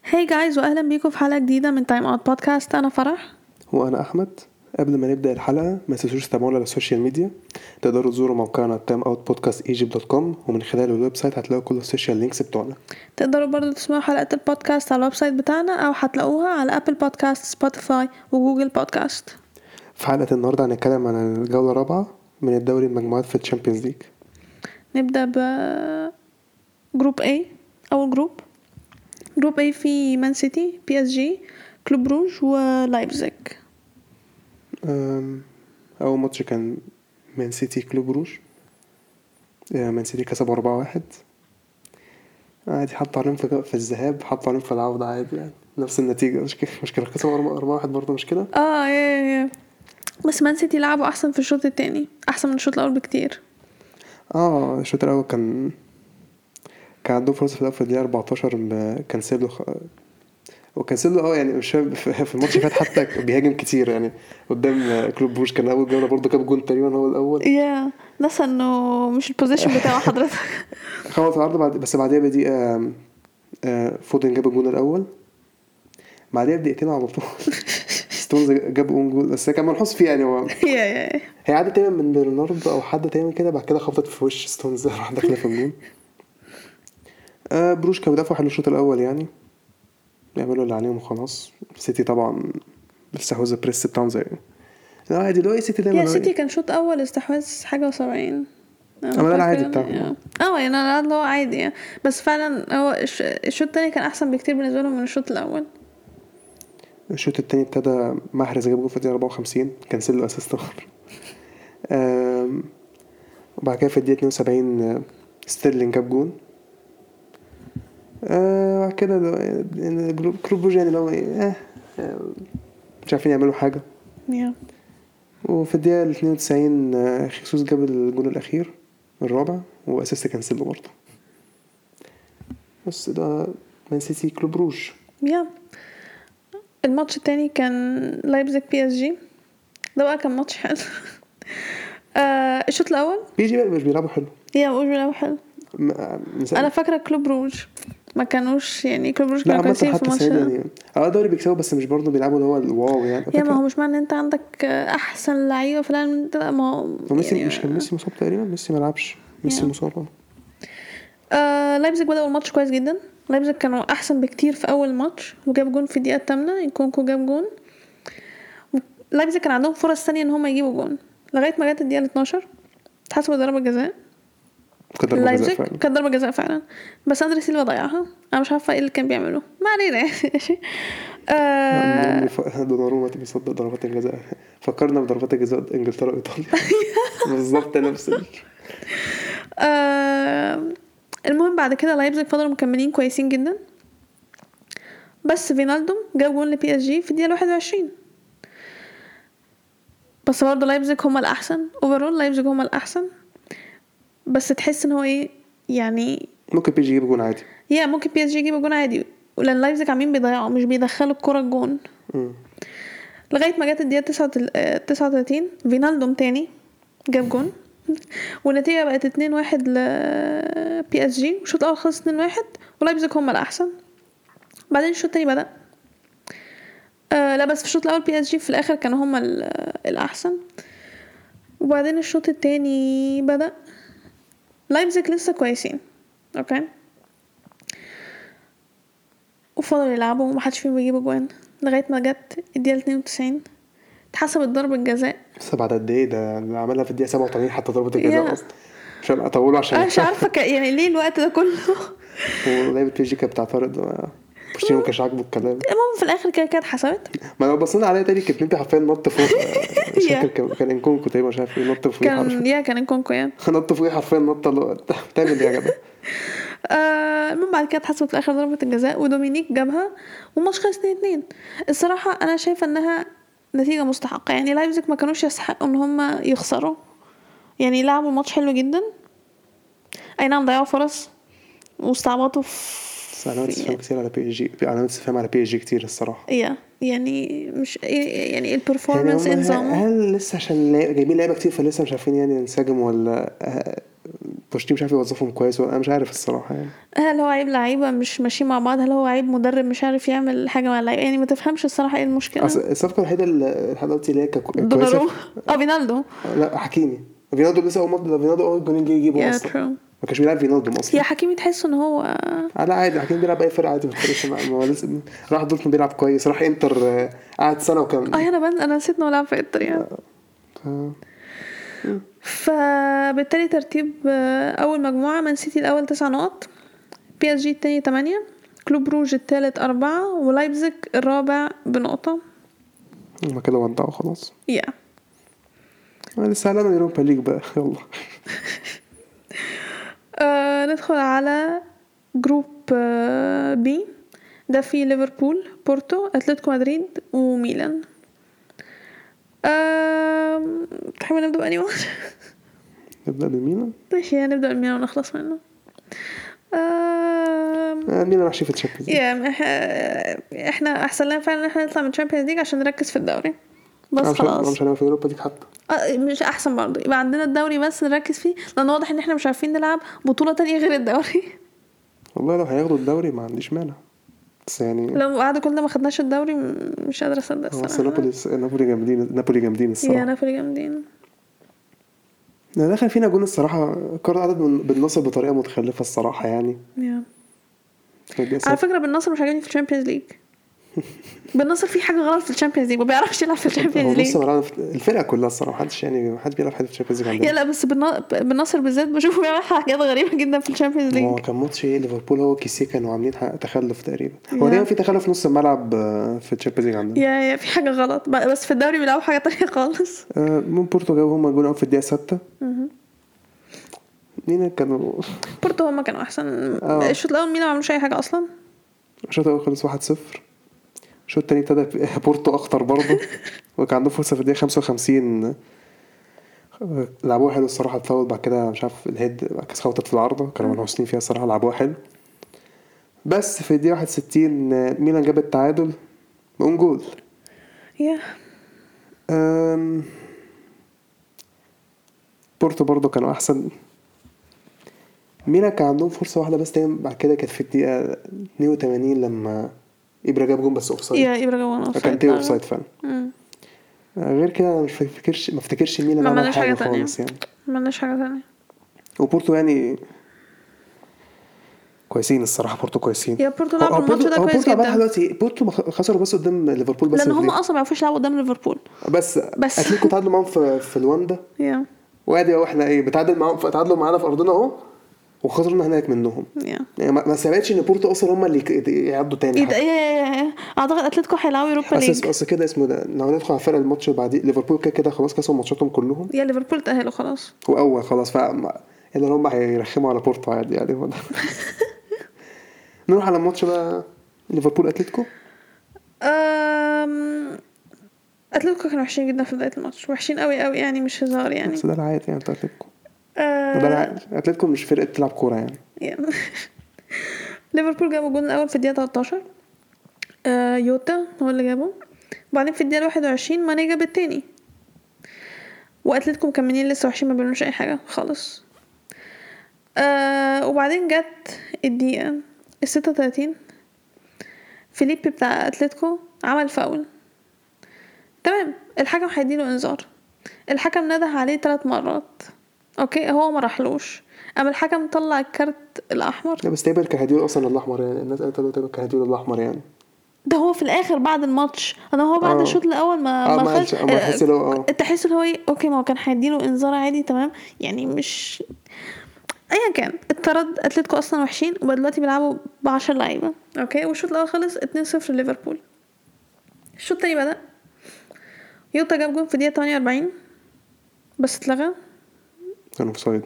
هاي جايز واهلا بيكم في حلقه جديده من تايم اوت بودكاست. انا فرح. وانا احمد. قبل ما نبدا الحلقه ما تنسوش تتابعونا على السوشيال ميديا. تقدروا تزوروا موقعنا timeoutpodcastegypt.com ومن خلال الويب سايت هتلاقوا كل السوشيال لينكس بتوعنا. تقدروا برضو تسمعوا حلقات البودكاست على الويب سايت بتاعنا او هتلاقوها على ابل بودكاست، سبوتيفاي وجوجل بودكاست. في حلقه النهارده هنتكلم عن الجوله الرابعه من الدوري المجموعات في الشامبيونز ليج. نبدا ب جروب A. اول جروب A في مان سيتي، بي اس جي، كلوب روج ولايبزيج. اول ماتش كان مان سيتي كلوب روج. مان سيتي كسب 4-1 عادي. حطوا عليهم في الذهاب، حطوا عليهم في العودة عادي يعني نفس النتيجة. مش كده كسب 4-1 برضه مش كده. يا بس مان سيتي لعبوا احسن في الشوط الثاني، احسن من الشوط الاول بكتير. الشوط الاول كان عندهم فرصة في الأول في الدقيقة 14 كانسيلو وكانسيلو يعني مش في الماتش فات حتى بيهاجم كتير يعني قدام كلوب بروج. كان أول جولة برضه جاب جون تقريبا هو الأول. ناس انه مش البوزيشن بتاعه حضرتك. خبط العرض بس بعديها بدقيقة فودن جاب الجون الأول. بعديها بدقيقتين على طول ستونز جاب جول بس كان منحوس فيه يعني. هو هي عادة تقريبا من برناردو أو حد تقريبا كده، بعد كده خبطت في وش ستونز راح داخله في الجون. بروج كان بيدافع حلو الشوط الأول يعني، يعملوا اللي عليهم وخلاص. سيتي طبعا بيستحوذ البريس بتاعهم زي عادي. لو سيتي دايما سيتي كان شوط اول استحواذ حاجه و70. اما ده العادي بتاعهم. يعني انا اللي هو عادي يعني. بس فعلا هو الشوط الثاني كان احسن بكتير بالنسبه لهم من الشوط الاول. الشوط الثاني ابتدى محرز جاب جول في الدقيقه 54، كانسيلو اسيست. وبعد كده في الدقيقه 72 ستيرلينج جاب جول. بعد كده كلوب بروج يعني لو مش عارفين يعملوا حاجه. وفي الدقيقه 92 خيسوس جاب الجول الاخير الرابع واسيست كانسيلو برضه. بس ده مان سيتي كلوب روج. الماتش التاني كان لايبزيج بي اس جي. ده بقى كان ماتش حلو. الشوط الاول بي جي مش بيلعبوا حلو. مش بيلعبوا حلو. انا فاكره كلوب روج ما كانوش يعني كلوب روج كانوا كويسين في الماتش يعني. دوري بيكسبوا بس مش برضه بيلعبوا اللي هو الواو يعني. ما هو مش معنى ان انت عندك احسن لعيبه في العالم ما هو ميسي يعني مش كان ميسي مصاب تقريبا. ميسي ما لعبش. ميسي مصاب. لايبزيج بدأوا الماتش كويس جدا. لايبزيج كانوا احسن بكتير في اول ماتش وجاب جون في الدقيقه 8. يكونكو جاب جون. لايبزيج كان عندهم فرص ثانيه ان هم يجيبوا جون لغايه ما جت الدقيقه 12 اتحسبوا ضربه جزاء. لايبزيج كانت ضربه جزاء فعلا، بس اندري سيلفا ضيعها. انا مش عارفه ايه اللي كان بيعمله، ما علينا. دوناروما بيصدق ضربات الجزاء. فكرنا بضربات الجزاء انجلترا وايطاليا بالظبط نفس المهم بعد كده لايبزيج فضلوا مكملين كويسين جدا، بس فينالدوم جاب جون لبي اس جي في الدقيقه 21. بس برضه لايبزيج هما الاحسن اوفرول. لايبزيج هما الاحسن، بس تحس ان هو يعني ممكن بي جي يجيب جون عادي. ممكن بي اس جي يجيب جون عادي، ولان لايبزيج عاملين بيضيعوا مش بيدخلوا الكره الجون. لغايه ما جت الدقيقه 39 فينالدوم تاني جاب جون والنتيجه بقت 2-1 لبي اس جي. الشوط الاول خلص 2-1 ولايبزيج هما الاحسن. بعدين الشوط الثاني بدا لا بس في الشوط الاول بي اس جي في الاخر كانوا هما الاحسن. وبعدين الشوط الثاني بدا لايبزيج لسه كويسين اوكي وفضلوا يلعبوا ومحدش فيهم بيجيب جوان لغايه ما جت الدقيقه 92 اتحسبت ضربه جزاء. بس بعد قد ايه ده اللي عملها في الدقيقه 87 حتى ضربه الجزاء اصلا عشان اطوله عشان مش عارفه يعني ليه الوقت ده كله. ولعبه بي جي كانت بتاع طارق بوشينو كانش عاجبه الكلام. المهم في الاخر كده اتحسبت. ما لو بصينا عليها تاني كانت ميمبي حرفيا نط فوق. مش فاكر كان انكونكو تقريبا مش عارف ايه نط فوق حرفيا. كان انكونكو نط فوق حرفيا نط بتعمل يا جدع. المهم بعد كده اتحسبت في الاخر ضربه الجزاء ودومينيك جابها والماتش خلص 2-2. الصراحه انا شايفه انها نتيجه مستحقه يعني. لايبزيج ما كانوش يستحقوا ان هم يخسروا يعني. لعبوا ماتش حلو جدا اي نعم ضيعوا فرص واستعبطوا في علامات استفهام كتير على بي جي. علامات استفهام على بي جي كتير الصراحه. يعني مش يعني البرفورمانس يعني نظام. هل لسه عشان جايبين لعيبه كتير فلسه مش عارفين يعني ينسجموا ولا بوشتين مش عارف يوظفهم كويس، ولا انا مش عارف الصراحه يعني. هل هو عيب لعيبه مش ماشيين مع بعض؟ هل هو عيب مدرب مش عارف يعمل حاجه مع اللعيبه؟ يعني ما تفهمش الصراحه ايه المشكله. الصفقه الوحيده اللي لحد دلوقتي اللي هي كويسه دونارو فينالدو. لا حكيمي. فينالدو لسه اول مره، فينالدو اول جولين جه يجيبه اصلا، ما كانش بيلعب فينالدو اصلا. يا حكيمي تحس ان هو لا عادي، حكيمي بيلعب اي فرقه عادي، ما بتفرقش معاه. هو لسه راح دورتموند بيلعب كويس، راح انتر قعد سنه وكان انا نسيت انه لعب في انتر يعني. فبالتالي ترتيب اول مجموعه: مان سيتي الاول 9 نقط، بي اس جي الثاني 8، كلوب روج الثالث 4، ولايبزيج الرابع بنقطه. ما كده ودعوا خلاص. لسه على اليوروبا ليج بقى يلا. ندخل على جروب بي، ده فيه ليفربول، بورتو، اتلتيكو مدريد، وميلان. تحب نبدأ بأني واحد؟ نبدأ بميلان. ماشي، نبدأ بميلان ونخلص منه. ميلان راح يشوف الشامبيونز ليج. احنا احسن لنا فعلا ان احنا نطلع من الشامبيونز ليج عشان نركز في الدوري بس. خلاص مش هنعمل في اوروبا دي حتى. مش احسن برضه يبقى عندنا الدوري بس نركز فيه، لان واضح ان احنا مش عارفين نلعب بطولة تانية غير الدوري. والله لو هياخدوا الدوري ما عنديش مانع، بس يعني لو بعد كل ده ما خدناش الدوري مش قادره اصدق الصراحه. نابولي جامدين الصراحه. يا نابولي جامدين. دخل فينا جون الصراحه، قرر عدد بالنصر بطريقه متخلفه الصراحه يعني. على فكره بالنصر مش عاجبني في الشامبيونز ليج. بالنصر في حاجه غلط في الشامبيونز ليج، ما بيعرفش يلعب في الشامبيونز ليج. الفرقه كلها الصراحه محدش بيلعب حد في الشامبيونز ليج. لا بس بالنصر بالذات بشوفه بيعمل حاجات غريبه جدا في الشامبيونز ليج. هو كان ماتش ليفربول هو كيسيه كانوا عاملين تخلف تقريبا. هو دايما في تخلف نص الملعب في الشامبيونز ليج عندنا. يا في حاجه غلط، بس في الدوري بيلعبوا حاجه تانية خالص. من بورتو جابوا هم جون في الدقيقه 6. مين كانوا؟ بورتو هم كانوا احسن. الشوط الاول مين ما عملوش اي حاجه اصلا. الشوط الاول خلص 1-0. الشوط الثاني ابتدى بورتو اخطر برضه وكان عنده فرصه في الدقيقه 55 لعبوها حلو الصراحه. اتفاوض بعد كده مش عارف الهيد كاس خبطت في العارضه، كانوا منحوسين فيها الصراحه، لعبوها حلو. بس في الدقيقه 61 ميلان جاب التعادل بأون جول. بورتو برضه كانوا احسن. ميلان كان عندهم فرصه واحده بس تاني، بعد كده كانت في الدقيقه 82 لما إبرا جاب جون بس اوفسايد. إبرا جاب جون اوفسايد. كان تي اوفسايد فعلا. غير كده ما افتكرش ميلان عمل حاجه خالص يعني. ما لناش حاجه ثانيه. وبورتو يعني كويسين الصراحه، بورتو كويسين. يا بورتو لعبوا الماتش ده كويس جدا. دلوقتي بورتو خسروا بس قدام ليفربول بس، لان هم اصلا ما عرفوش يلعبوا قدام ليفربول بس اتلتيكو تعادلوا معاهم في الواندا. وادي واحنا تعادلوا معانا في ارضنا اهو، وخسرنا هناك منهم. يعني ما سمعتش ان بورتو اصلا هم اللي يعدوا تاني. اعتقد اتلتيكو هيلعبوا يوروبا ليج اصل كده اسمه ده. لو ندخل على فرق الماتش بعد ليفربول كده خلاص كسبوا ماتشاتهم كلهم. يا ليفربول تأهلوا خلاص، واول خلاص الا هم هيرخموا على بورتو عادي يعني. نروح على الماتش بقى، ليفربول اتلتيكو. اتلتيكو كانوا وحشين جدا في بدايه الماتش، وحشين قوي قوي يعني، مش هزار يعني. بس ده العادي يعني بتاع اتلتيكو. ده العادي، اتلتيكو مش فرقه تلعب كوره يعني. ليفربول جابوا الجون الاول في الدقيقه 13. يوتا هو اللي جابه. وبعدين في الدقيقه 21 ماني جاب التاني. واتلتيكو مكملين لسه وحشين، ما بيعملوش اي حاجه خالص. وبعدين جت الدقيقه 36 فيليبي بتاع اتلتيكو عمل فاول. تمام، الحكم هيديله انذار. الحكم نده عليه 3 مرات، اوكي، هو ما راحلوش. اما الحكم طلع الكارت الاحمر. لا بس تقريبا كان هيديله اصلا الاحمر يعني. الناس قالت له تقريبا كان هيديله الاحمر يعني. ده هو في الاخر بعد الماتش، هو بعد الشوط الاول ما تحس اللي هو اوكي، ما هو كان هيديله انذار عادي. تمام يعني، مش ايا كان اتطرد. اتلتيكو اصلا وحشين، ودلوقتي بيلعبوا ب10 لعيبه، اوكي. والشوط الاول خلص 2-0 ليفربول. الشوط الثاني بدا، يوتا جاب جون في الدقيقه 48 بس اتلغى، كان اوفسايد.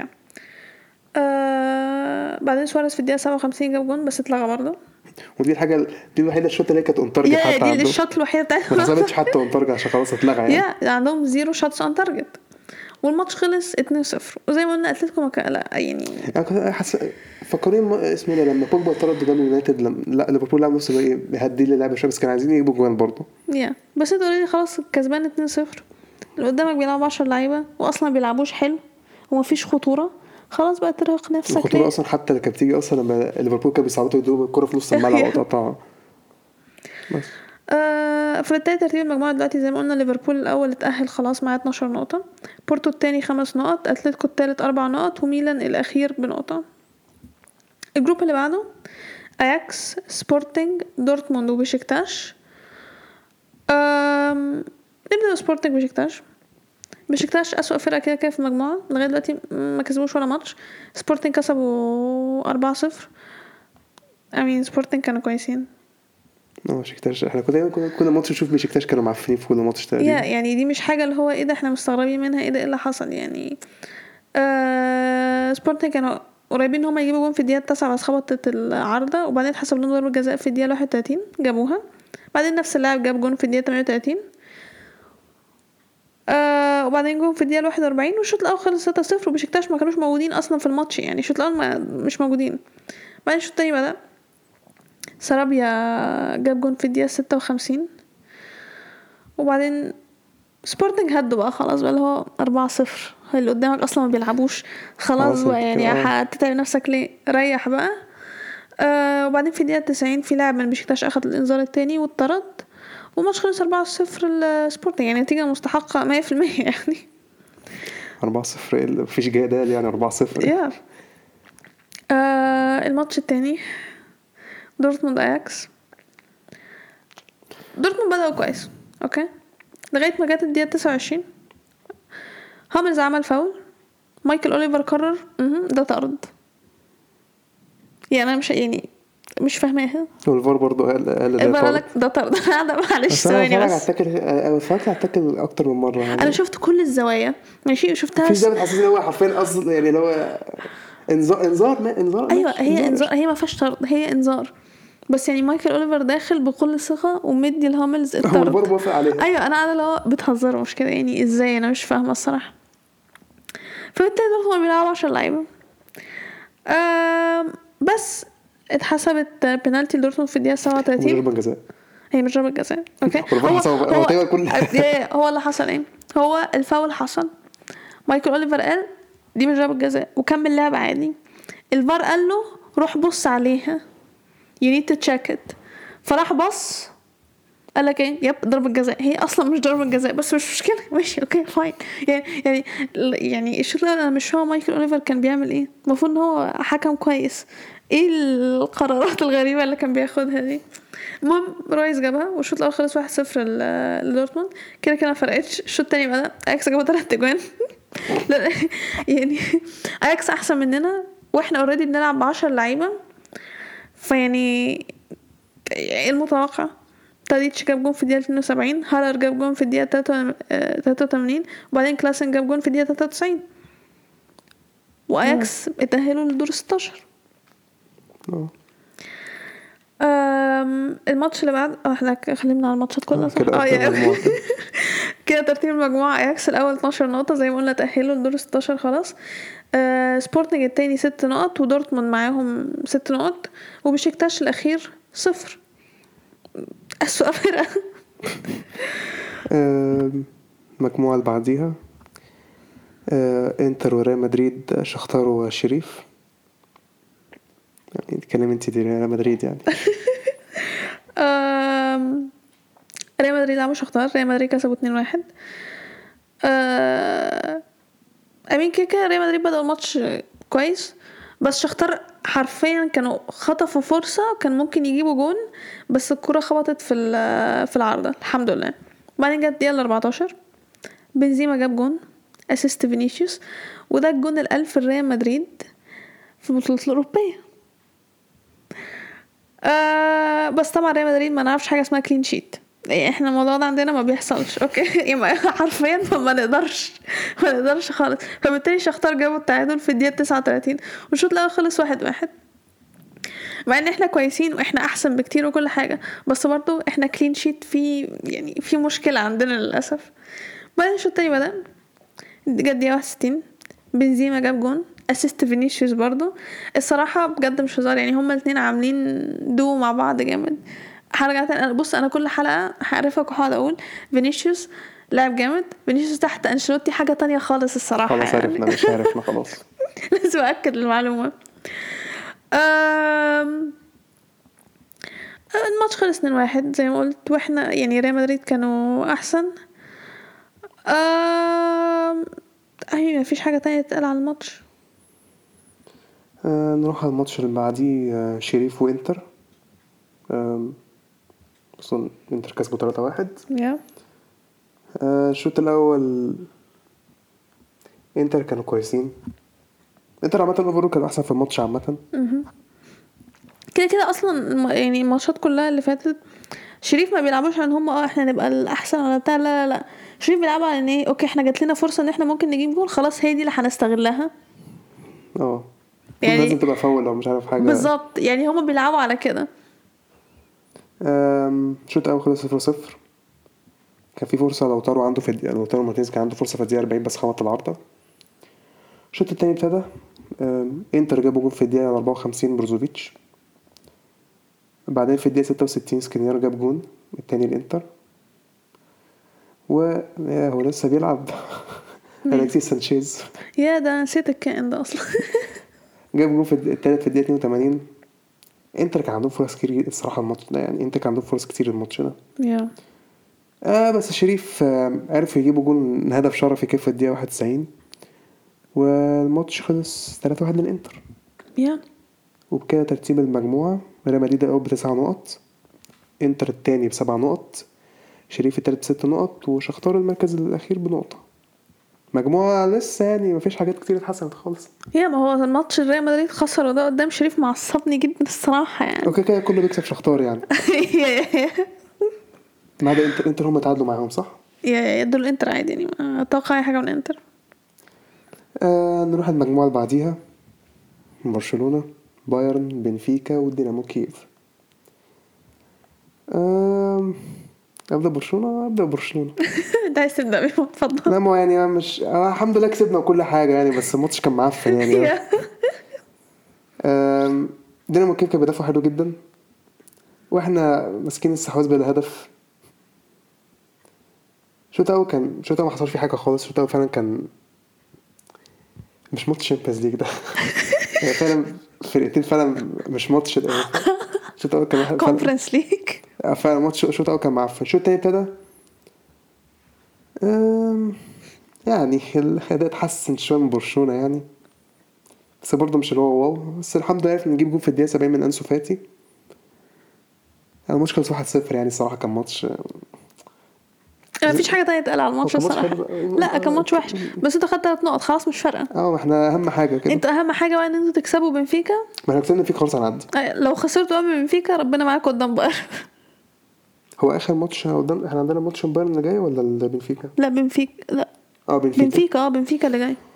بعدين سواريز في الدقيقه 57 جاب جون بس اتلغى برضه. ودي الحاجه دي الوحيده الشوط اللي كانت اون تارجت حتى دي الشوط الوحيده بتاعتهم، ما حسبتش حتى اون تارجت عشان خلاص اتلغى يعني. عندهم 0 شوتس اون تارجت. والماتش خلص 2-0. وزي ما قلنا اتلتيكو لا يعني فكرين اسمه ده لما بوجبا طرد قدام يونايتد. لا ليفربول لعب نص بيهدي اللعبه شويه، بس كانوا عايزين يجيبوا جوان برضه. بس انت اوريدي خلاص كسبان 2-0. اللي قدامك بيلعبوا 10 لعيبه واصلا بيلعبوش حلو ومفيش خطوره، خلاص بقى ترهق نفسك الخطوره ليه؟ اصلا حتى اللي كانت بتيجي اصلا لما ليفربول كانوا بيصعدوا يدوا الكره في نص الملعب وتقطعها بس. فبالتالي ترتيب المجموعة دلوقتي زي ما قلنا ليفربول الأول اتأهل خلاص معاه 12 نقطة، بورتو التاني 5 نقط، أتلتيكو التالت 4 نقط، وميلان الأخير بنقطة. الجروب اللي بعده أياكس، سبورتنج، دورتموند وبشكتاش. نبدأ بسبورتنج. بشكتاش أسوأ فرقة كده كده في المجموعة لغاية دلوقتي، ما كسبوش ولا ماتش. سبورتنج كسبوا 4-0. سبورتنج كانوا كويسين. بشكتاش احنا كنا ماتش نشوف بشكتاش كانوا معفنين في كل ماتش تقريبا. يعني دي مش حاجة اللي هو ايه ده احنا مستغربين منها، ايه ده ايه اللي حصل يعني. سبورتنج كانوا قريبين ان هم يجيبوا جون في الدقيقة 9 بس خبطت العارضة، وبعدين اتحسب لهم ضربة جزاء في الدقيقة 31 جابوها. بعدين نفس اللاعب جاب جون في الدقيقة 38. وبعدين جون في الدقيقة 41 والشوط الأول خلص 6-0 وبشكتاش ما كانوش موجودين أصلا في الماتش، يعني الشوط الأول مش موجودين. بعدين الشوط التاني بدأ سرابيا جاب جون في الدقيقة 56. وبعدين سبورتنج هدوا بقى خلاص بقى اللي هو 4-0 اللي قدامك اصلا ما بيلعبوش خلاص بقى يعني هتتعب نفسك ليه، ريح بقى. وبعدين في الدقيقة 90 في لاعب من بشكتاش اخد الانذار التاني واتطرد وماتش خلص 4-0 لسبورتنج، يعني نتيجة مستحقة 100% يعني 4-0 مفيش جدال يعني 4-0 يا الماتش التاني دورتموند اياكس. دورتموند بدأوا كويس اوكي لغاية ما جت الدقيقة 29 هاملز عمل فاول، مايكل أوليفر قرر ده طرد. يعني انا مش فاهماها. والفار برضو قال ده طرد. انا معلش ثواني بس انا اتفرجت على التاكل اكتر من مره يعني. انا شفت كل الزوايا ماشي شفتها في زاويه حسيت ان هو حرفيا اصلا يعني اللي هو انذار ايوه هي انذار، هي ما فيهاش طرد هي انذار بس يعني مايكل أوليفر داخل بكل ثقه ومدي الهاملز الطرد. الفار موافق عليها. ايوه انا لو بتهزروا مش كده يعني ازاي انا مش فاهمه الصراحه. فبالتالي دول بيلعبوا 10 لعيبه بس اتحسبت بينالتي لدورتموند في الدقيقه 37. ضربه جزاء. هي مش ضربه جزاء اوكي. هو اللي حصل ايه، هو الفاول حصل، مايكل أوليفر قال دي مش ضربه جزاء وكمل لعب عادي. الفار قال له روح بص عليها you need to check it، فراح بص قال لك ايه يب ضربه جزاء، هي اصلا مش ضربه جزاء بس مش مشكله ماشي اوكي فاين. يعني الشوط انا مش فاهم مايكل أوليفر كان بيعمل ايه، المفروض ان هو حكم كويس، ايه القرارات الغريبه اللي كان بياخدها دي. المهم رايس جابها والشوط الاول خلص 1-0 لدورتموند. كده فرقتش. الشوط الثاني بدا اياكس جابوا 3 اجوان يعني اياكس احسن مننا واحنا اوريدي بنلعب ب10 لعيبه، فيعني المتوقع تاديتش جاب جون في الدقيقة 72، هالر جاب جون في الدقيقة 83 وبعدين كلاسن جاب جون في الدقيقة 93 وأياكس اتأهلوا للدور 16. الماتش اللي بعد احنا خلينا على الماتشات كلها صح؟ كده ترتيب المجموعة أياكس الأول 12 نقطة زي ما قلنا تأهلوا للدور 16 خلاص. سبورتنج التاني 6 نقط ودورتموند معاهم 6 نقط وبشكتاش الأخير 0. أسوأ فرقة. المجموعة اللي بعديها انتر وريال مدريد شختار وشريف. يعني تكلم انت دي ريال مدريد يعني. ريال مدريد لعبوا شختار، ريال مدريد كسبوا 2-1. كده ريال مدريد بدأوا الماتش كويس بس شختار حرفيا كانوا خطفوا فرصة كان ممكن يجيبوا جون بس الكرة خبطت في العارضة الحمد لله. بعدين جت الدقيقة 14 بنزيما جاب جون اسيست فينيسيوس وده الجون الألف الريال مدريد في البطولة الأوروبية. بس طبعا ريال مدريد ما نعرفش حاجة اسمها كلين شيت، احنا الموضوع ده عندنا ما بيحصلش اوكي حرفيا ما نقدرش خالص. فبالتالي شختار جابوا التعادل في الدقيقة 39 والشوط الاول خلص 1-1 مع ان احنا كويسين واحنا احسن بكتير وكل حاجة بس برضو احنا كلين شيت في مشكلة عندنا للأسف. بعدين الشوط التاني بدأ جت الدقيقة 61 بنزيما جاب جون اسيست فينيسيوس برضو. الصراحة بجد مش هزار يعني هما الاثنين عاملين دو مع بعض جامد. هرجع تاني بص انا كل حلقة هعرفك وهقعد اقول فينيسيوس لاعب جامد، فينيسيوس تحت انشيلوتي حاجة تانية خالص الصراحة خلاص عرفنا يعني. مش عرفنا خلاص لازم اكد المعلومه. الماتش خلص 2-1 زي ما قلت، واحنا يعني ريال مدريد كانوا احسن. ايوه مفيش حاجه تانية تتقال على الماتش. نروح على الماتش اللي بعديه، شريف وانتر. اصلا انتر كسبوا 3-1. يا الشوط الاول انتر كانوا كويسين. انتر عامه اوفرول كانوا احسن في الماتش عامه. كده كده اصلا يعني الماتشات كلها اللي فاتت شريف ما بيلعبوش عن هم احنا نبقى الاحسن ولا بتاع، لا لا لا، شريف بيلعبوا على ان ايه، اوكي احنا جات لنا فرصه ان احنا ممكن نجيب جول، خلاص هي دي اللي هنستغلها. يعني لازم تبقى فاول او مش عارف حاجه بالظبط، يعني هم بيلعبوا على كده. الشوط الاول خلص 0-0. كان في فرصه لو طاروا عنده في لو طاروا مارتينيز كان عنده فرصه في الدقيقه 40 بس خبط العارضه. الشوط الثاني ابتدى انتر جابوا جول في الدقيقه 54 بروزوفيتش. بعدين في الدقيقه 66 سكرينيار جاب جول الثاني الانتر. هو لسه بيلعب اليكسيس سانشيز. يا ده نسيت الكائن ده اصلا. جاب جول في الثالث في الدقيقه 82. انتر كان عندهم فرص كتير الصراحه الماتش ده، يعني انتر كان عندهم فرص كتير الماتش ده. يا بس شريف عرف يجيبوا جول هدف شرفي كيف في الدقيقه 91 والماتش خلص 3-1 للانتر. يا وبكده ترتيب المجموعه ريال مدريد الاول ب9 نقط، انتر الثاني ب7 نقط، شريف الثالث ب6 نقط، وشختار المركز الاخير بنقطه. مجموعه لسه يعني مفيش حاجات كتير اتحسنت خالص. يا ما هو الماتش ريال مدريد خسر وده قدام شريف معصبني جدا الصراحه يعني. اوكي كده كله بيكسب شختار يعني. ما عدا انتر هم تعادلوا معاهم صح. يا دول انتر عادي يعني، ما اتوقع اي حاجه من انتر. نروح المجموعه اللي بعديها، برشلونه، بايرن، بنفيكا، والدينامو كييف. ابدا برشلونه. انت عايز تبدا بيه؟ اتفضل. لا ما يعني مش الحمد لله كسبنا وكل حاجه يعني، بس الماتش كان معفن يعني. دينامو كييف كان بيدافع حلو جدا واحنا ماسكين السحواز بالهدف. الشوط الاول ما حصلش فيه حاجه خالص. الشوط الاول فعلا كان مش ماتش الشامبيونز ليج ده. يعني فعلا فرقتين فعلا مش ماتش الشوط الاول كان كونفرنس ليج فعلا ماتش. الشوط الاول كان معفن. الشوط الثاني ابتدى يعني الاداء اتحسن شويه من برشلونه يعني، بس برضه مش اللي هو واو. بس الحمد لله نجيب جول في الدقيقه 70 من انسو فاتي. الماتش خلص 1-0 يعني الصراحه كان ماتش ما فيش حاجه تانية تقال على الماتش الصراحه. لا كان ماتش وحش، بس انت خدت 3 نقط خلاص مش فارقه. احنا اهم حاجه كده. انت اهم حاجه بقى ان انتوا تكسبوا بنفيكا. ما احنا كسبنا فيك خلاص هنعدي. لو خسرتوا قبل بنفيكا ربنا معاكم قدام بايرن. هو اخر ماتش قدام احنا عندنا ماتش بايرن اللي جاي ولا البنفيكا؟ لا بنفيكا. لا بنفيكا اللي جاي.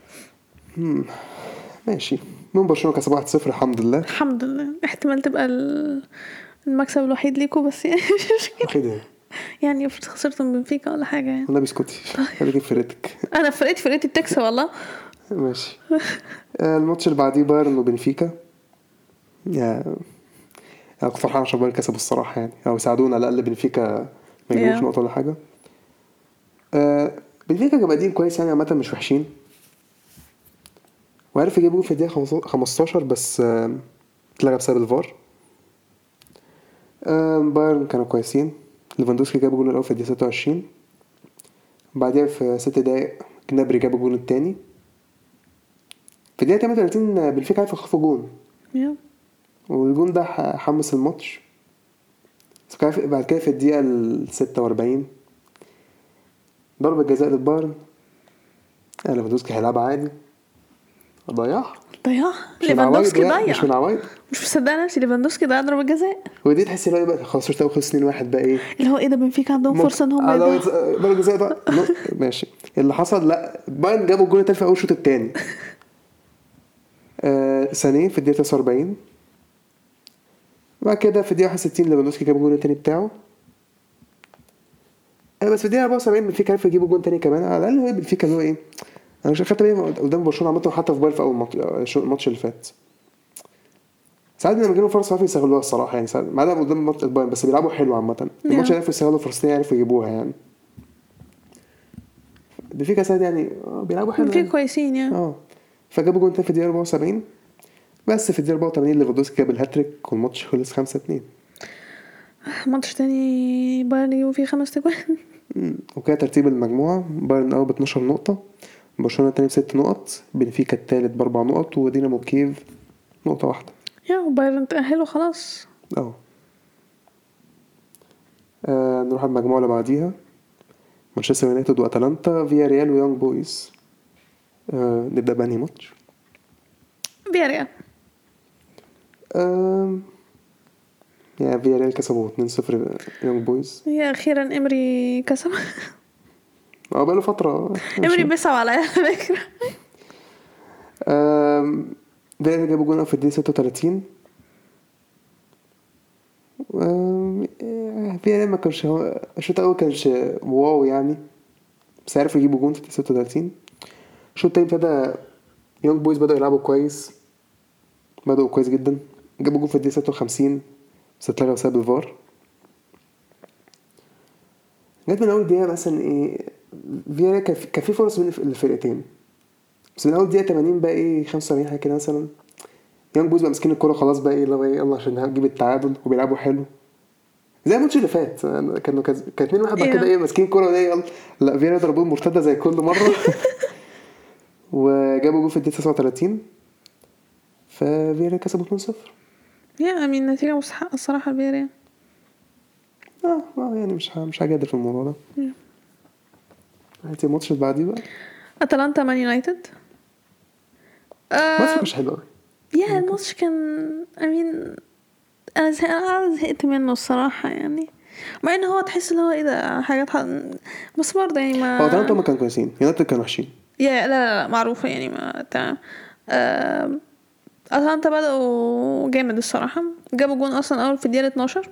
ماشي. من برشلونه كسبوا 1-0 الحمد لله. الحمد لله. احتمال تبقى المكسب الوحيد ليكم بس يعني مش مشكله يعني افرض خسرتوا من بنفيكا ولا حاجه يعني. انا بسكوتي خليكي في فرقتك. انا فرقتي بتكسب والله. ماشي. الماتش اللي بعديه بايرن وبنفيكا. انا كنت فرحان عشان بايرن كسبوا الصراحه يعني، او يساعدونا على الاقل بنفيكا ما يجيبوش نقطه ولا حاجه. بنفيكا كانوا بادئين كويس يعني عامه مش وحشين، وعرف يجيبوا في الدقيقه 15 بس اتلغى بسبب الفار. بايرن كانوا كويسين. ليفاندوسكي جاب جول الاول في الدقيقه 26. بعدها في 6 دقايق جنابري جاب الجول الثاني. في الدقيقه 38 بنفيكا عرف يخطفوا جول والجول ده حمس الماتش. بعد كده في الدقيقه 46 ضربه جزاء للبايرن. ليفاندوسكي هيلعبها عادي ضيع. ليفاندوسكي ضيع مش من عوايد. مش مصدق نفسي ليفاندوسكي ضيع ضربه جزاء. ودي تحس ان هو بقى خلاص مش هتاخد 2-1 بقى ايه اللي هو ايه ده بنفيكا عندهم فرصه ان هم يضيعوا ضربه جزاء ده. ماشي اللي حصل. لا بايرن جابوا الجول الثالث في اول شوط الثاني ثانيين في الدقيقه 49. بعد كده في الدقيقه 61 ليفاندوسكي جاب الجول الثاني بتاعه. بس في الدقيقه 74 بنفيكا عرف يجيبوا جول ثاني كمان. على الاقل هو بنفيكا اللي هو ايه، انا مش خدت بالي قدام برشلونه عملته حتى في بايرن في اول الماتش اللي فات. ساعات لما بيجيبوا فرصه عارفين يستغلوها الصراحه يعني، ساعات ما دام قدام ماتش البايرن بس بيلعبوا حلو عامه. الماتش عرفوا يستغلوا فرصتين عرفوا يجيبوها يعني. بنفيكا ساعات يعني بيلعبوا حلو بنفيكا كويسين يعني. فجابوا جون تاني في الدقيقة 74. بس في الدقيقة 84 ليفاندوفسكي جاب الهاتريك والماتش خلص 5-2. ماتش تاني بايرن يجيبوا فيه 5 جوان. وكده ترتيب المجموعة: بايرن أول ب12 نقطة، برشلونة التاني ب6 نقط، بنفيكا التالت ب4 نقط، ودينامو كييف نقطة واحدة. يا بايرن تأهلوا خلاص. نروح المجموعة اللي بعديها: مانشستر يونايتد واتلانتا، فيا ريال ويونج بويز. نبدأ بأنهي ماتش؟ فيا ريال. فيا ريال كسبوا 2-0 يونج بويز. يا أخيرا إمري كسب. بقاله فترة إمري بيصعب على فكرة. فيا ريال جابوا جون في الدقيقة 36. فيا ريال ما كانش الشوط الأول كانش واو يعني، بس عرفوا يجيبوا جون في الدقيقة 36. الشوط التاني ابتدى يونج بويز بدأوا يلعبوا كويس، بدأوا كويس جدا، جابوا جون في الدقيقة 56 بس اتلغى بسبب الفار. جت من أول دقيقة مثلا فيا ريال كان في فرص من الفرقتين، بس من أول دقيقة 80 بقى 75 حاجة كده مثلا، يونج بويز بقى مسكين الكرة خلاص بقى يلا عشان هنجيب التعادل، وبيلعبوا حلو زي الماتش اللي فات. كانوا 2-1 بعد كده ماسكين الكرة يلا لا فيا ريال ضربوا مرتدة زي كل مرة. وجابوا جول في الدقيقة 39 ففيا ريال كسبوا 2-0. من نتيجة مستحقة الصراحة فيا ريال. يعني مش هجادل في الموضوع ده. هاتي الماتش اللي بعديه بقى: اتلانتا مان يونايتد. الماتش مش حلو. الماتش كان انا زهقت منه الصراحه يعني، مع ان هو تحس ان هو ايه ده حاجات بس برضه يعني ما هو اتلانتا ما كانوا كويسين، يونايتد كانوا وحشين. لا معروفه يعني ما تمام. اتلانتا بدأوا جامد الصراحه، جابوا جون اصلا اول في الدقيقه 12.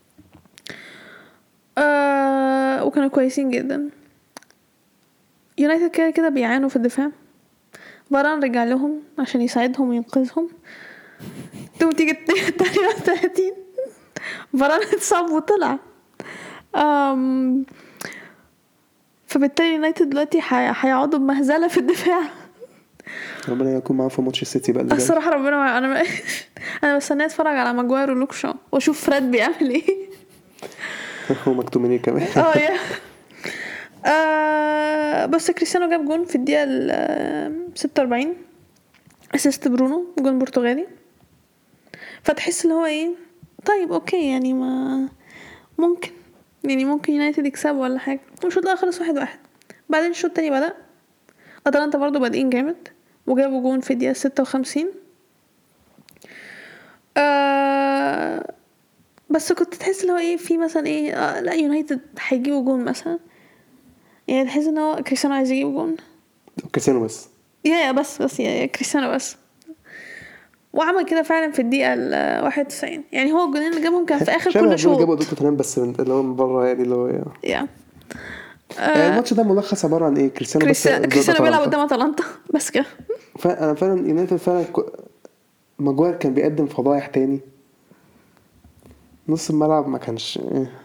وكانوا كويسين جدا. يونايتد كده بيعانوا في الدفاع، فاران رجع لهم عشان يساعدهم وينقذهم. تيجي 33 فاران اتصاب وطلع. فبالتالي يونايتد دلوقتي هيقعدوا بمهزله في الدفاع. ربنا يكون معاهم في ماتش السيتي بقى اللي جاي. الصراحه ربنا انا مستنيه اتفرج على ماجواير ولوك شو واشوف فريد بيعمل ايه. ومكتوميني كمان. بس كريستيانو جاب جون في الدقيقه 46، اسيست برونو، جون برتغالي. فتحس اللي هو طيب اوكي يعني ما ممكن يونايتد يكسب ولا حاجه. والشوط الاخر خلص 1-1. بعدين الشوط التاني بدأ اتلانتا برضو بادئين جامد وجابوا جون في الدقيقه 56. بس كنت تحس اللي هو في مثلا لا يونايتد هيجيبوا جون مثلا، يعني تحس ان هو كريستيانو عايز يجيب جون. كريستيانو بس بس كريستيانو بس، وعمل كده فعلا في الدقيقه 91. يعني هو الجولين اللي جابهم كان في اخر كل شوط. جابوا ضد توتنهام بس اللي هو من بره يعني اللي هو الماتش ده ملخص عباره عن كريستيانو بيلعب قدام اتلانتا بس كده. انا فعلا يونايتد فعلا ماجواير كان بيقدم فضايح تاني، نص الملعب ما كانش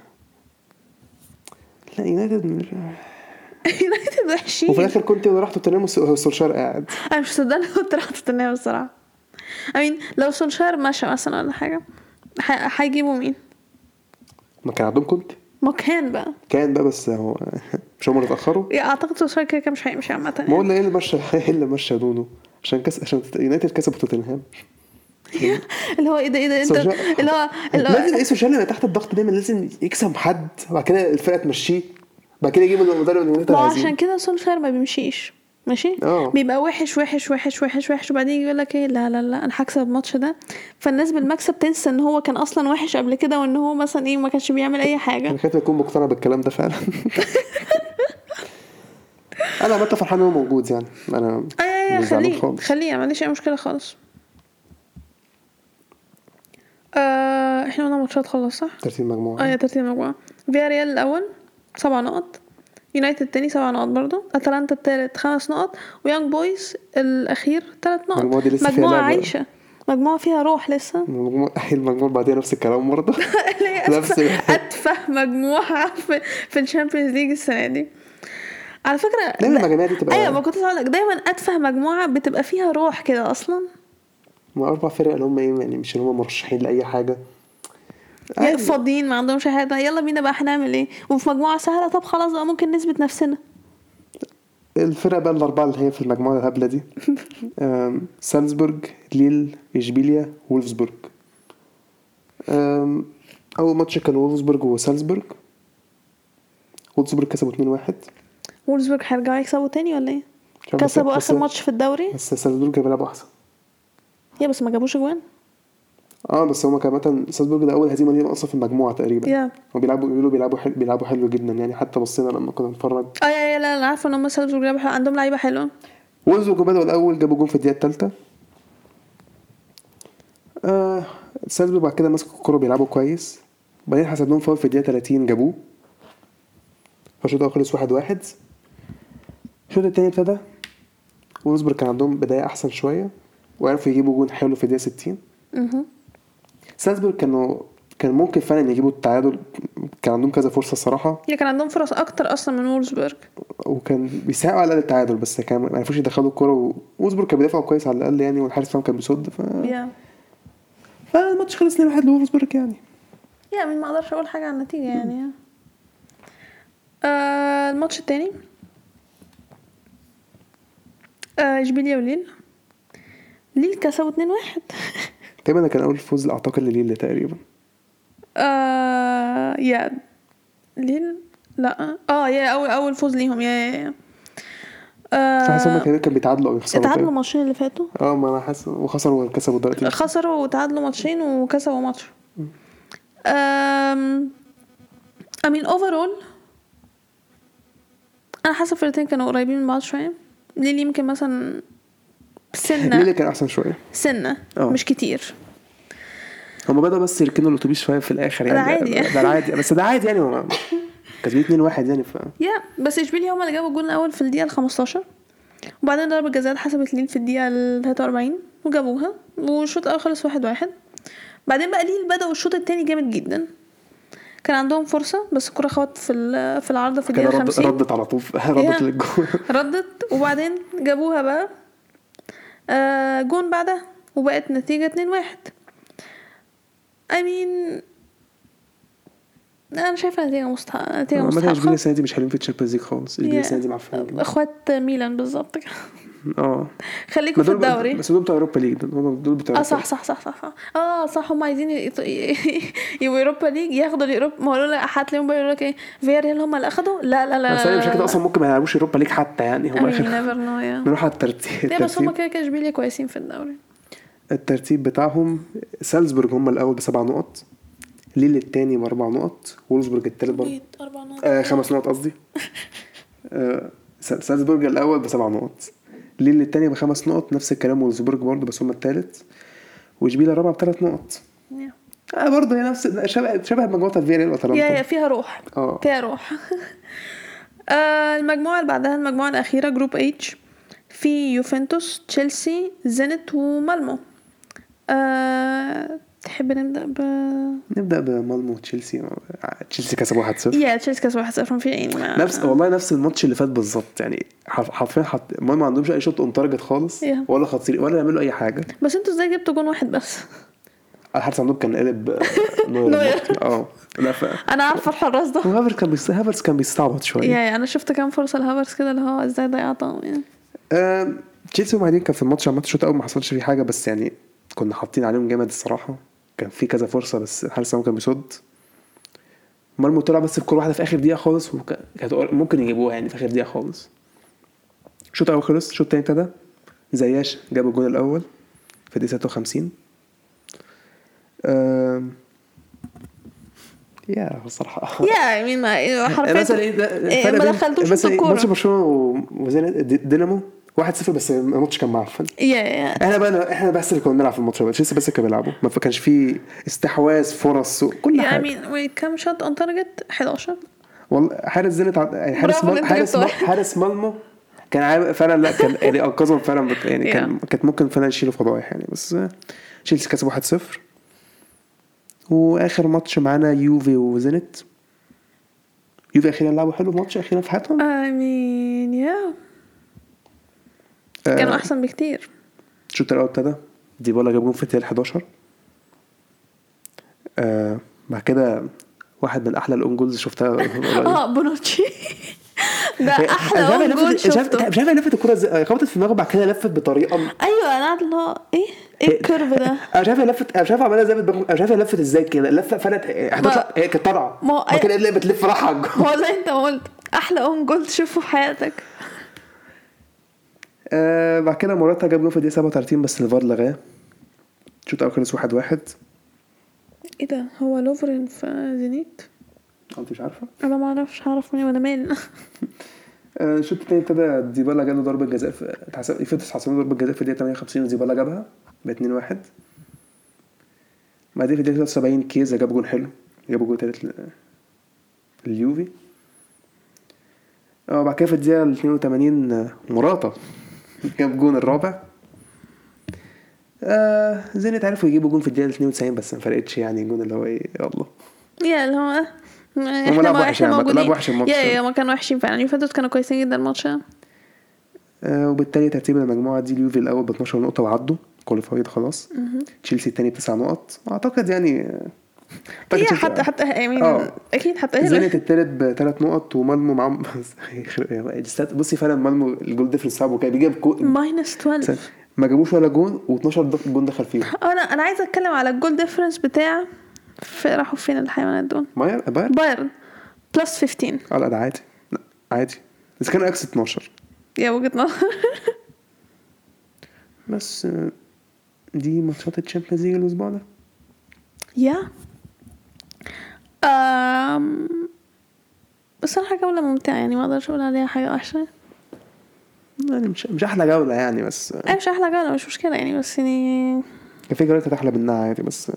لا يونايتد وحشين. وفي الاخر كنت رحت توتنهام وسولشار قاعد. انا مش صدقني كنت رحت توتنهام الصراحه. لو سولشار ماشي مثلا ولا حاجه هيجيبوا مين؟ ما كان عندهم ما كان بقى بس هو مش هم اتاخروا. اعتقد سولشار كده مش هيمشي عامه يعني. ما قلنا ايه اللي مشى دونو عشان يونايتد كسب توتنهام. اللي هو ده انت اللي هو لازم سولشار اللي تحت الضغط دايما لازم يكسب حد، وبعد كده الفرقه تمشيه، بعد كده يجيب المدرب اللي انت عايزه. عشان كده سولشار ما بيمشيش ماشي. بيبقى وحش وحش وحش وحش وحش، وبعدين يقول لك لا انا هكسب الماتش ده، فالناس بالمكسب تنسى ان هو كان اصلا وحش قبل كده، وان هو مثلا ما كانش بيعمل اي حاجه. انا خايف اكون مقتنع بالكلام ده فعلا. انا متى فرحان انه موجود يعني، انا خليه ما عنديش اي مشكله خالص. احنا قلنا ماتشات خلص صح؟ ترتيب مجموعه. ترتيب مجموعه: فيا ريال الاول 7 نقط، يونايتد التاني 7 نقط برضو، اتلانتا التالت 5 نقط، ويانج بويز الاخير 3 نقط. مجموعه عايشه، مجموعه فيها روح لسه. المجموعه بعديها نفس الكلام برضه. نفس اتفه مجموعه في الشامبيونز ليج السنه دي. على فكره دايما المجاميع دي تبقى ايوه، ما كنت هقول لك دايما اتفه مجموعه بتبقى فيها روح كده اصلا. ما 4 فرق اللي هم ايه يعني، مش اللي هم مرشحين لاي حاجه فاضيين ما عندهمش حاجه، يلا بينا بقى هنعمل ايه، وفي مجموعه سهله طب خلاص بقى ممكن نثبت نفسنا. الفرق بقى الاربعه اللي هي في المجموعه الهبله دي سالزبورج، ليل، اشبيليا، وولفسبورج. اول ماتش كان وولفسبورج وسالزبورج. وولفسبورج كسبوا 2-1. وولفسبورج هيرجعوا يكسبوا تاني ولا ايه؟ كسبوا اخر ماتش في الدوري بس سالزبورج كانوا بيلعبوا احسن. بس ما جابوش جوان. بس هما كمان سالزبورج ده اول هزيمه ليهم اصلا في المجموعه تقريبا. هو بيلعبوا حلو جدا يعني، حتى بصينا لما كنا نتفرج. لا انا عارفه ان هم سالزبورج عندهم لعيبه حلوه. وولفسبورج بدأوا الاول، جابوا جون في الدقيقه الثالثه. سالزبورج بعد كده مسكوا الكوره بيلعبوا كويس، بعدين حسب لهم فاول في الدقيقه 30 جابوه، فالشوط الاول خلص 1-1. الشوط الثاني ابتدى وولفسبورج كان عندهم بدايه احسن شويه وعرفوا يجيبوا جون حلو في الدقيقه 60. سالزبورج كان ممكن فعلا يجيبوا التعادل، كان عندهم كذا فرصه الصراحه. كان عندهم فرص اكتر اصلا من وولفسبورج، وكان بيساعدوا على التعادل، بس كان ما عرفوش يدخلوا الكوره. وولفسبورج كان بيدافعوا كويس على الاقل يعني، والحارس بتاعهم كان بيصد فالماتش خلص 2-1 لوولفسبورج يعني. ما اقدرش اقول حاجه عن النتيجه يعني. الماتش التاني اشبيليا وليل. ليل كسبوا 2-1. تقريبا كان اول فوز اعتقد لليل تقريبا. ليل لا اول فوز ليهم حاسس هم كان بيتعادلوا او يخسروا. اتعادلوا ماتشين اللي فاتوا. ما انا حاسس وخسروا وكسبوا دلوقتي. خسروا وتعادلوا ماتشين وكسبوا ماتش. اوفرول انا حاسه الفرقتين كانوا قريبين من بعض شويه. ليل يمكن مثلا سنه، ليل كان احسن شويه سنه مش كتير. هم بدأوا بس يركنوا الاتوبيس شويه في الاخر يعني. ده عادي بس ده عادي يعني. هم كسبوا 2-1 يعني بس اشبيليا هم اللي جابوا الجول الاول في الدقيقه 15، وبعدين ضربة جزاء حسبت ليل في الدقيقه 43 وجابوها، والشوط الاول خلص 1-1. بعدين بقى ليل بدأوا الشوط الثاني جامد جدا، كان عندهم فرصه بس الكره خبطت في العارضه في الدقيقه 50. ردت على طول ردت للجول ردت وبعدين جابوها بقى جون بعدها وبقت نتيجه 2-1. انا شايفه نتيجه مستحقه. ما اشبيليا السنه دي مش حلوين في الشامبيونز ليج خالص. اشبيليا السنه دي معفنين اخوات ميلان بالظبط كده. خليكم في الدوري. بس دول بتوع اوروبا ليج. دول بتوع صح صح هم عايزين يبقوا اوروبا ليج، ياخدوا الاوروبا. ما هو لا احد لهم بيقول لك ايه فياريال هم اللي اخدوا. لا بس انا مش كده اصلا، ممكن ما يلعبوش اوروبا ليج حتى يعني. هم نروح على الترتيب. بس هم كده اشبيليا كويسين في الدوري. الترتيب بتاعهم سالزبورج هم الاول ب7 نقط، ليل الثاني ب4 نقط، وولفسبورج الثالث ب 5 نقط قصدي. سالزبورج الاول ب7 نقط، ليل الثاني ب5 نقط، نفس الكلام وولفسبورج برضه بس هم الثالث، واشبيليا الرابع ب3 نقط. برضه هي نفس شبه مجموعه فياريال واتلانتا. فيها روح. فيها روح. المجموعه اللي بعدها المجموعه الاخيره جروب اتش، في يوفنتوس، تشيلسي، زينت، ومالمو. تحب نبدأ بمالمو وتشيلسي. تشيلسي كسبوا 1-0. تشيلسي كسبوا 1-0 في نفس الماتش اللي فات بالظبط يعني. حرفيا مالمو ما عندهمش اي شوط اون تارجت خالص ولا خطير ولا يعملوا اي حاجه. بس انتوا ازاي جبتوا جون واحد بس؟ الحارس عندهم كان قلب نوير. لا انا عارفه الحراس ده. هافرز كان بيستعبط شويه. انا شفت كام فرصه لهافرز كده اللي هو ازاي ضيعتهم يعني. تشيلسي وبعدين كان في الماتش عملت الشوط الاول ما حصلش فيه حاجه، بس يعني كنا حاطين عليهم جامد الصراحه. كان في كذا فرصه بس الحارس كان بيصد. مالمو طلع بس بكل واحده في اخر دقيقه خالص، وكانت ممكن يجيبوها يعني في اخر دقيقه خالص. الشوط الاول خلص، الشوط الثاني ابتدى. زياش جاب الجول الاول في الدقيقه 56. بصراحه حرفيا ما دخلتوش في الكوره. ماتش برشلونه ودينامو 1-0 بس الماتش كان معفن. احنا بس اللي كنا بنلعب في الماتش، بس كانوا بيلعبوا، ما كانش فيه استحواذ فرص كل حاجه. كام شوت اون تارجت؟ 11 والله. حارس زينت يعني حارس مالمو كان فعلا. لا كان يعني انقذهم فعلا يعني كانت ممكن فعلا يشيلوا فضايح يعني. بس تشيلسي كسبوا 1-0. واخر ماتش معانا يوفي وزينت. يوفي اخيرا لعبوا حلو في ماتش اخيرا في حياتهم. كانوا احسن بكتير. الشوط الاول ابتدى ديبالا جاب جون في الدقيقه 11. بعد كده واحد من احلى الاون جولز شفتها بونوتشي. ده احلى اون جول شفته. مش عارف لفت الكره ازاي، خبطت في دماغه بعد كده لفت بطريقه. ايوه انا قاعد اللي هو ايه الكيرف ده. انا مش عارف عملها ازاي، مش عارف لفت ازاي كده، لفه فلت هتطلع هي كانت طالعه ما كده اللي بتلف راحه على الجول. والله انت قلت احلى اون جول تشوفه في حياتك. بعد كده موراتا جاب جول في الدقيقه 37 بس الفار لغاه. شوط اول خلص 1-1. ايه ده؟ هو لوفرين في زينيت؟ انت مش عارفه؟ انا ما اعرفش، هعرف منين وانا مالي. الشوط الثاني ابتدى ديبالا جاله ضربه جزاء في حسب ضربه جزاء في الدقيقه 58 وديبالا جابها ب 2-1. بعدين في الدقيقه 73 كيزا جاب جول حلو، جابوا جول ثالث اليوفي. بعد كده في الدقيقه 82 موراتا جاب جون الرابع. زينت عرفوا يجيبوا جون في الدقيقه 92 بس ما فرقتش يعني الجون اللي هو ايه يلا يا اللي هو احنا موجودين. يا ما كانوا وحشين فعلا. يوفنتوس كانوا كويسين جدا الماتش. وبالتالي ترتيب المجموعه دي اليوفي الاول ب 12 نقطه وعدوا كواليفايد خلاص. تشيلسي الثاني ب9 نقط اعتقد يعني. حتى اكيد حتى زينت الثالث ب3 نقط ومالمو معاهم. بصي فعلا مالمو الجول ديفرنس صعب وكان بيجيب -12 ما جابوش ولا جون و12 جون دخل فيهم. انا عايزه اتكلم على الجول ديفرنس بتاع راحوا فين الحيوانات دول. بايرن +15. لا ده عادي، لا عادي بس كانوا اكس 12 يا وجهة نظر. بس دي ماتشات الشامبيونز ليج الاسبوع ده. بصراحه جوله ممتعه يعني، ما اقدرش اقول عليها حاجه وحشه يعني. مش احلى جوله يعني بس مش احلى جوله مش مشكله يعني، بس يعني كان في جولات احلى منها عادي بس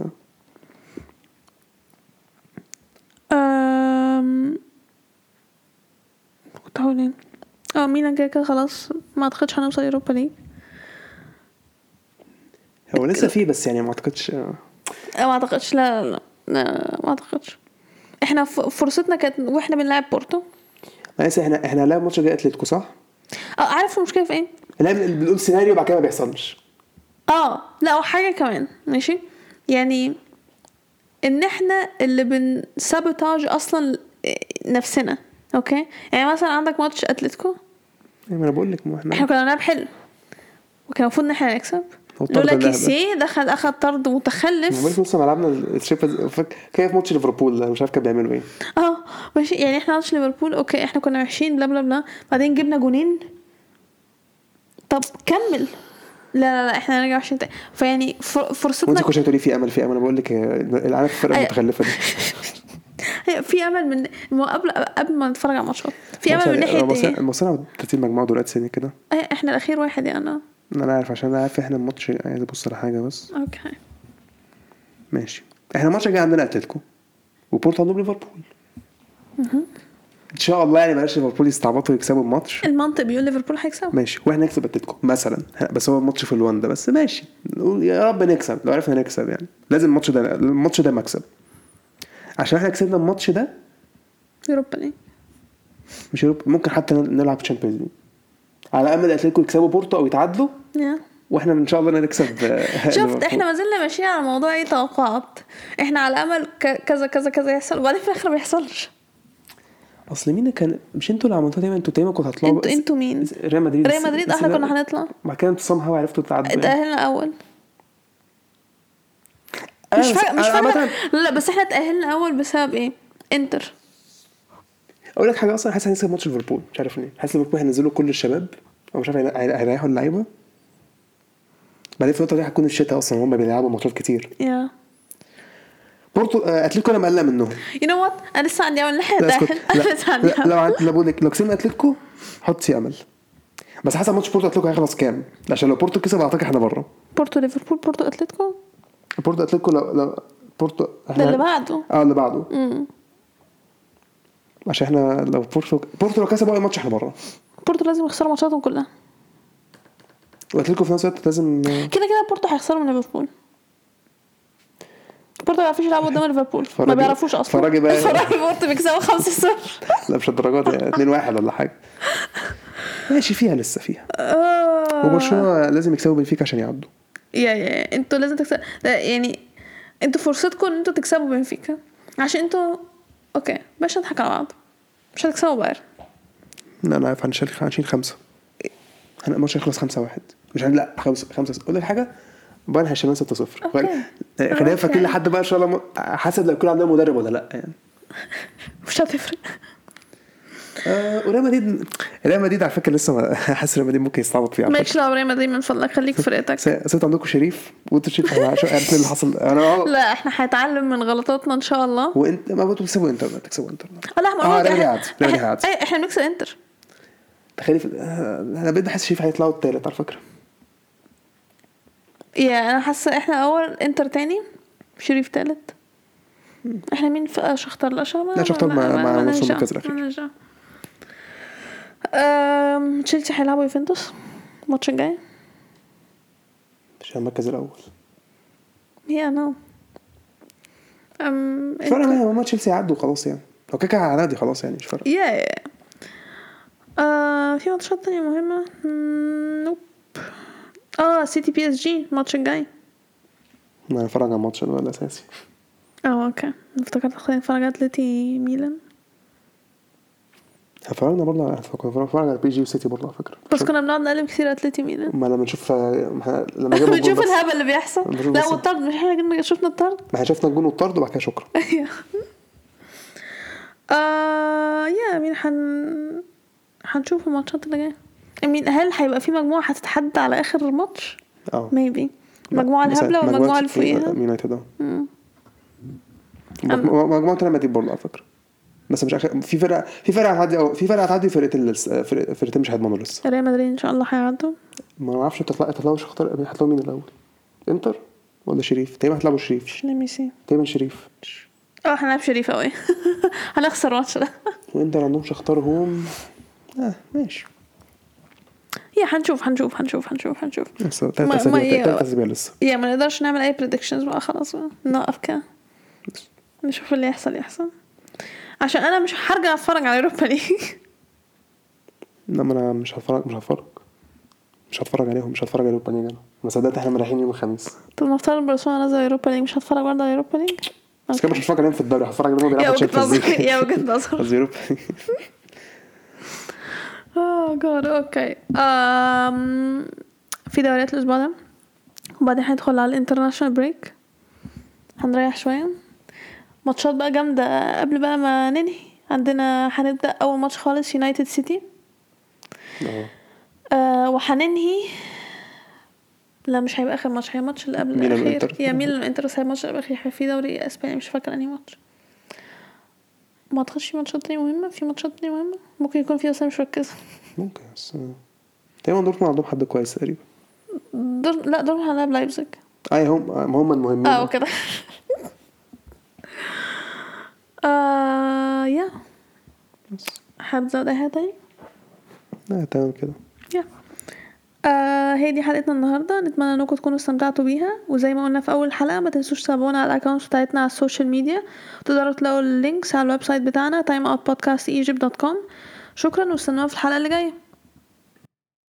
كنت هقول ايه ميلان كده خلاص ما اعتقدش هنوصل اوروبا ليج. هو لسه فيه بس يعني ما اعتقدش لا ما اعتقدش. احنا فرصتنا كانت واحنا بنلعب بورتو. احنا لعب ماتش جاي اتلتيكو صح. عارف المشكله في ايه؟ بنقول سيناريو بعد كده ما بيحصلش. لا وحاجه كمان ماشي يعني ان احنا اللي بنسابوتاج اصلا نفسنا. اوكي يعني مثلا عندك ماتش اتلتيكو يعني انا بقول لك احنا كنا بنلعب حلو وكان المفروض ان احنا نكسب، لولا كيسي دخل اخذ طرد متخلف. بس لسه ملعبنا الشيب كيف ماتش ليفربول مش عارف كانوا بيعملوا ايه. ماشي يعني احنا ماتش ليفربول اوكي احنا كنا وحشين بلا بلا بلا بعدين جبنا جونين. طب كمل. لا احنا نرجع عشان فيعني فرصتنا. وانت كنت تقولي في امل انا بقول لك عارف الفرقه المتخلفه دي. في امل من قبل ما نتفرج على الماتشات في امل من ناحيه ايه. المصارعه ترتيب مجموعه دلوقتي سنه كده. احنا الاخير واحد يعني. انا عارف عشان انا عارف احنا الماتش عايز ابص على حاجه بس. اوكي ماشي. احنا الماتش جاي عندنا اتلتيكو وبورتو عندهم ليفربول. ان شاء الله يعني بلاش ليفربول يستعبطوا ويكسبوا الماتش. المنطق بيقول ليفربول هيكسب ماشي واحنا نكسب اتلتيكو مثلا بس هو الماتش في الواندا بس ماشي نقول يا رب نكسب. لو عرفنا نكسب يعني لازم الماتش ده مكسب عشان احنا كسبنا الماتش ده يوروبا ليج مش يوروبا ممكن حتى نلعب تشامبيونز ليج على امل اتلتيكو يكسبوا بورتو او يتعادلوا واحنا ان شاء الله نكسب. شفت احنا ما زلنا ماشيين على موضوع ايه توقعات. احنا على امل كذا كذا كذا يحصل وبعدين في الاخر ما بيحصلش. اصل مين كان مش انتوا اللي عملتوها دايما انتوا دايما كنتوا هتطلعوا انتوا مين ريال مدريد احنا كنا هنطلع ما كان تصمها وعرفتوا تعدوا اتأهلنا اول مش فاكره لا بس احنا اتأهلنا اول بسبب ايه انتر. اقول لك حاجه اصلا حاسس هنكسب ماتش ليفربول مش عارف ليه حاسس ليفربول هينزلوا كل الشباب او مش عارف هيريحوا اللعيبه بعدين في الفتره دي هتكون الشتاء اصلا هم بيلعبوا ماتشات كتير. بورتو اتلتيكو انا مقلق منهم. انا لسه عندي اول ناحيه لو كسبنا اتلتيكو حط سي امل بس حسب ماتش بورتو اتلتيكو هيخلص كام عشان لو بورتو كسب اعتقد احنا بره. بورتو ليفربول بورتو اتلتيكو لو بورتو ده اللي بعده اللي بعده عشان احنا لو بورتو لو كسبوا اي ماتش احنا بره. بورتو لازم يخسروا ماتشاتهم كلها واتلتيكو في نفس الوقت لازم كده بورتو هيخسروا من ليفربول بورتو ما بيعرفوش يلعبوا قدام ليفربول ما بيعرفوش اصلا فرجي بقى فرجي بورتو بيكسبوا 5-0 لا مش الدرجات 2-1 ولا حاجه ماشي فيها لسه فيها وبرشلونه لازم يكسبوا بنفيكا عشان يعدوا يا انتوا لازم تكسبوا يعني انتوا فرصتكم ان انتوا تكسبوا بنفيكا عشان انتوا اوكي باش نضحك على بعض مش هتكسبوا بايرن لا انا عارف هنشيل 5 الماتش هيخلص 5-1 مش لا 5 اقول لك حاجه بايرن هيشيلنا 6-0 خلينا فاكرين لحد بقى ان شاء الله حسب لو يكون عندنا مدرب ولا لا يعني مش هتفرق وريال مدريد على فكره لسه حاسس ريال مدريد ممكن يستعبط فيه ماشي لا ريال مدريد من فضلك خليك في فرقتك صرت عندكم شريف وانتوا شريف عارف اللي حصل انا لا احنا هنتعلم من غلطاتنا ان شاء الله وانت ما بتكسبوا انتر لا ما احنا بنكسب انتر تخيل انا بقيت بحس شريف هيطلعوا الثالث على فكره انا حاسه احنا اول انتر تاني شريف ثالث احنا مين في شختار لا شختار مع وصول الكاس الاخير تشيلسي هيلعبوا يوفنتوس الماتش الجاي مش المركز الاول نو فرق ما تشيلسي عدوا خلاص يعني لو كده عادي خلاص يعني مش فارق في ماتشات تانية مهمة نوب سيتي بي اس جي الماتش الجاي ما نتفرج على الماتش ده الاساسي اوكي افتكرت نتفرج على اتلتي ميلان اتفرجنا برضه على بي جي وسيتي برضه على فكره بس كنا بنقعد نقلب كتير اتلتي ميلان ما لما نشوف لما نشوف الهبل اللي بيحصل لا والطرد مش احنا شفنا الطرد ما احنا شفنا الجون والطرد وبعد كده شكرا مين هنشوف الماتشات اللي جايه مين هل هيبقى في مجموعه هتتحدى على اخر ماتش ميبي المجموعه الهبله والمجموعه اللي فوقيها يونايتد مجموعه ريال مدريد برضه على فكره بس مش في فرقه هتعدي فرقتين مش هيضمنوا لسه ريال مدريد ان شاء الله هيعدوا ما اعرفش هتطلعوا هتطلعوا مين الاول انتر ولا شريف تقريبا هتلعبوا شريف تقريبا شريف هنلعب شريف قوي هنخسر ماتش ده وانتر عندهم شختارهم ماشي هنشوف لسه ثلاث اسابيع لسه ما نقدرش نعمل اي predictions بقى خلاص نوقف كده نشوف اللي يحصل عشان انا مش هرجع اتفرج على اوروبا ليج لا ما انا مش هتفرج عليهم مش هتفرج على اوروبا ليج انا صدقت احنا رايحين يوم الخميس طب نفترض برشلونه نزل اوروبا ليج مش هتفرج برضه على اوروبا ليج بس كده مش هتفرج عليهم في الدوري هتفرج عليهم بيلعبوا تشامبيونز ليج يا وجهة نظر اوروبا جاد اوكي في دوريات الاسبوع ده وبعدين هندخل على الانترناشونال بريك هنريح شويه ماتشات بقى جامده قبل بقى ما ننهي عندنا هنبدا اول ماتش خالص يونايتد سيتي وهننهي لا مش هيبقى اخر ماتش هي ماتش اللي قبل الاخير يا ميلان الانتر هي ماتش الاخير في دوري اسبانيا مش فاكره انهي ماتش ما تخش ماتشات تانية مهمه في ماتشات تانية مهمه ممكن يكون فيها بس مش مركزه ممكن بس تقريبا دورتموند عندهم حد كويس تقريبا لا دورتموند هنلعب لايبزيج هم المهمين وكده يا حابب تزود اي حاجه تاني لا تمام كده هي دي حلقتنا النهارده نتمنى انكم تكونوا استمتعتوا بيها وزي ما قلنا في اول حلقه ما تنسوش تتابعونا على الاكونت بتاعتنا على السوشيال ميديا تقدروا تلاقوا اللينكس على الويب سايت بتاعنا timeoutpodcastegypt.com شكرا واستنونا في الحلقه اللي جايه